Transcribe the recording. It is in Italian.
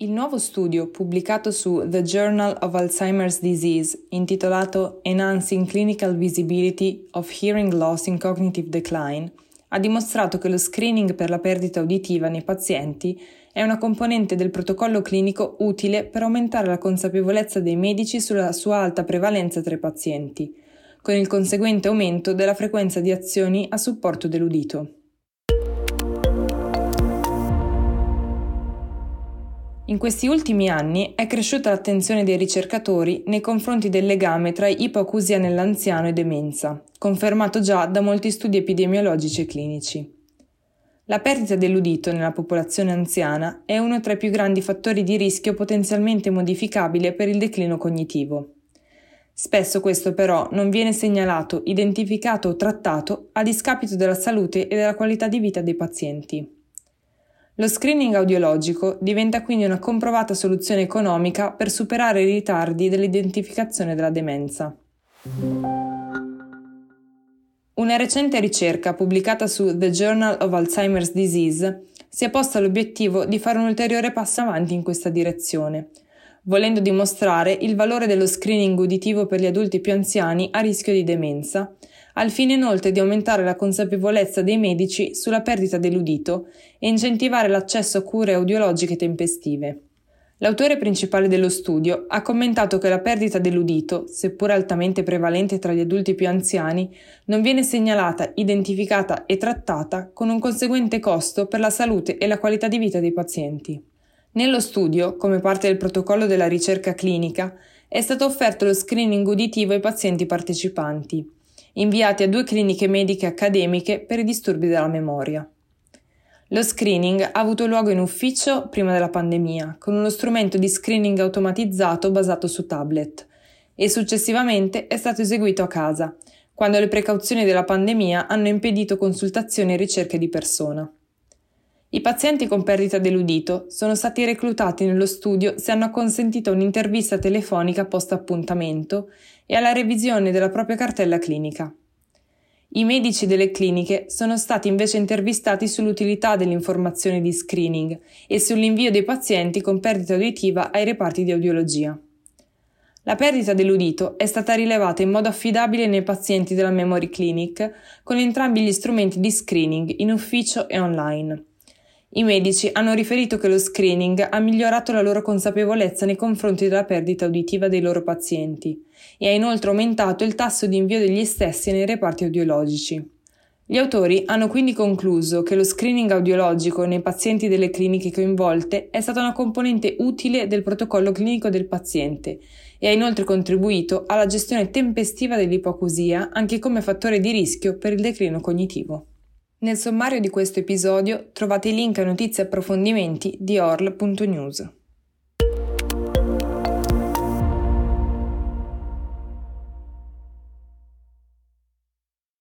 Il nuovo studio pubblicato su The Journal of Alzheimer's Disease, intitolato Enhancing Clinical Visibility of Hearing Loss in Cognitive Decline, ha dimostrato che lo screening per la perdita uditiva nei pazienti è una componente del protocollo clinico utile per aumentare la consapevolezza dei medici sulla sua alta prevalenza tra i pazienti, con il conseguente aumento della frequenza di azioni a supporto dell'udito. In questi ultimi anni è cresciuta l'attenzione dei ricercatori nei confronti del legame tra ipoacusia nell'anziano e demenza, confermato già da molti studi epidemiologici e clinici. La perdita dell'udito nella popolazione anziana è uno tra i più grandi fattori di rischio potenzialmente modificabile per il declino cognitivo. Spesso questo però non viene segnalato, identificato o trattato a discapito della salute e della qualità di vita dei pazienti. Lo screening audiologico diventa quindi una comprovata soluzione economica per superare i ritardi dell'identificazione della demenza. Una recente ricerca pubblicata su The Journal of Alzheimer's Disease si è posta l'obiettivo di fare un ulteriore passo avanti in questa direzione, volendo dimostrare il valore dello screening uditivo per gli adulti più anziani a rischio di demenza, al fine inoltre di aumentare la consapevolezza dei medici sulla perdita dell'udito e incentivare l'accesso a cure audiologiche tempestive. L'autore principale dello studio ha commentato che la perdita dell'udito, seppur altamente prevalente tra gli adulti più anziani, non viene segnalata, identificata e trattata, con un conseguente costo per la salute e la qualità di vita dei pazienti. Nello studio, come parte del protocollo della ricerca clinica, è stato offerto lo screening uditivo ai pazienti partecipanti, inviati a 2 cliniche mediche accademiche per i disturbi della memoria. Lo screening ha avuto luogo in ufficio prima della pandemia, con uno strumento di screening automatizzato basato su tablet, e successivamente è stato eseguito a casa, quando le precauzioni della pandemia hanno impedito consultazioni e ricerche di persona. I pazienti con perdita dell'udito sono stati reclutati nello studio se hanno consentito un'intervista telefonica post appuntamento e alla revisione della propria cartella clinica. I medici delle cliniche sono stati invece intervistati sull'utilità dell'informazione di screening e sull'invio dei pazienti con perdita uditiva ai reparti di audiologia. La perdita dell'udito è stata rilevata in modo affidabile nei pazienti della Memory Clinic con entrambi gli strumenti di screening in ufficio e online. I medici hanno riferito che lo screening ha migliorato la loro consapevolezza nei confronti della perdita uditiva dei loro pazienti e ha inoltre aumentato il tasso di invio degli stessi nei reparti audiologici. Gli autori hanno quindi concluso che lo screening audiologico nei pazienti delle cliniche coinvolte è stata una componente utile del protocollo clinico del paziente e ha inoltre contribuito alla gestione tempestiva dell'ipoacusia anche come fattore di rischio per il declino cognitivo. Nel sommario di questo episodio trovate i link a notizie e approfondimenti di orl.news.